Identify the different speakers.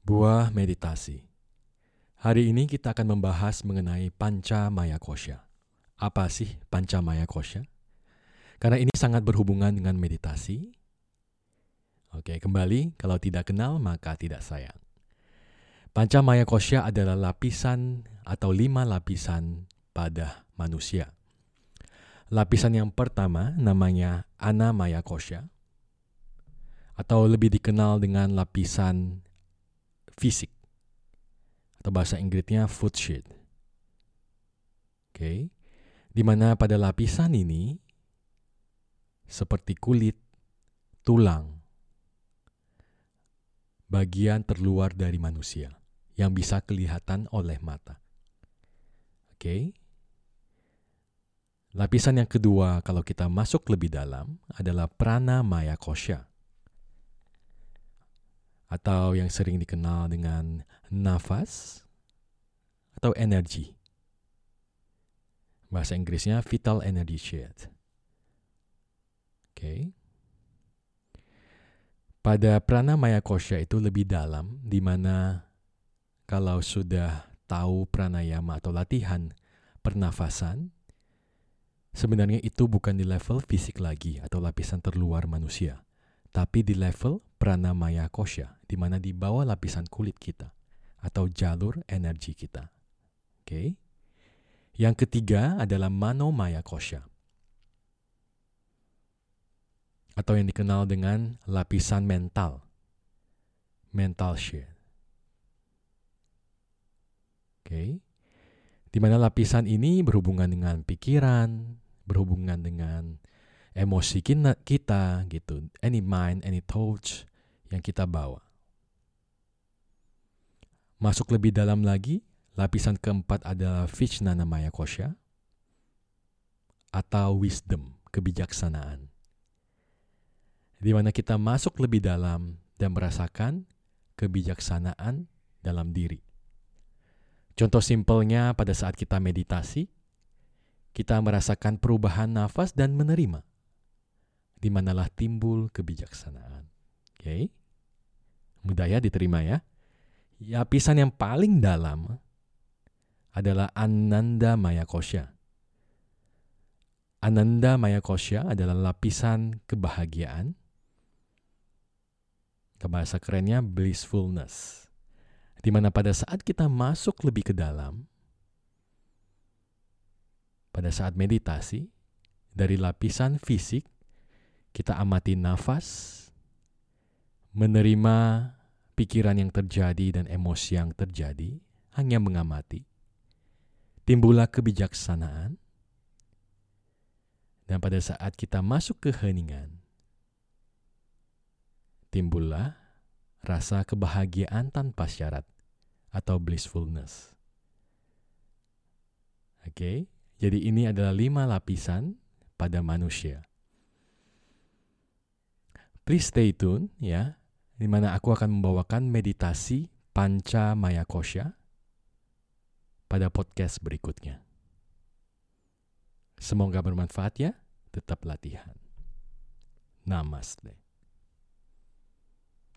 Speaker 1: Sebuah meditasi. Hari ini kita akan membahas mengenai Panca Maya Kosha. Apa sih Panca Maya Kosha? Karena ini sangat berhubungan dengan meditasi. Oke, kembali, kalau tidak kenal maka tidak sayang. Panca Maya Kosha adalah lapisan atau 5 lapisan pada manusia. Lapisan yang pertama namanya Annamaya Kosha, atau lebih dikenal dengan lapisan fisik, atau bahasa Inggrisnya food sheet. Oke. Di mana pada lapisan ini seperti kulit, tulang, bagian terluar dari manusia yang bisa kelihatan oleh mata. Oke. Lapisan yang kedua kalau kita masuk lebih dalam adalah Pranamaya Kosha, atau yang sering dikenal dengan nafas atau energi. Bahasa Inggrisnya vital energy sheet. Oke. Pada Pranamaya Kosha itu lebih dalam, di mana kalau sudah tahu pranayama atau latihan pernafasan, sebenarnya itu bukan di level fisik lagi atau lapisan terluar manusia, tapi di level Pranamaya Kosha, di mana di bawah lapisan kulit kita atau jalur energi kita. Oke. Yang ketiga adalah Manomaya Kosha, atau yang dikenal dengan lapisan mental sheet. Oke. Di mana lapisan ini berhubungan dengan pikiran, berhubungan dengan emosi kita gitu, any mind, any thoughts yang kita bawa. Masuk lebih dalam lagi, lapisan keempat adalah Vijnanamaya Kosha, atau wisdom, kebijaksanaan. Di mana kita masuk lebih dalam dan merasakan kebijaksanaan dalam diri. Contoh simpelnya pada saat kita meditasi, kita merasakan perubahan nafas dan menerima, di manalah timbul kebijaksanaan. Oke. Mudah ya diterima ya. Lapisan yang paling dalam adalah Anandamaya Kosha. Anandamaya Kosha adalah lapisan kebahagiaan. Bahasa kerennya blissfulness. Di mana pada saat kita masuk lebih ke dalam, pada saat meditasi, dari lapisan fisik, kita amati nafas, menerima pikiran yang terjadi dan emosi yang terjadi, hanya mengamati. Timbullah kebijaksanaan. Dan pada saat kita masuk ke heningan, timbullah rasa kebahagiaan tanpa syarat atau blissfulness. Oke, jadi ini adalah 5 lapisan pada manusia. Please stay tune ya, di mana aku akan membawakan meditasi Panca Maya Kosha pada podcast berikutnya. Semoga bermanfaat ya, tetap latihan. Namaste.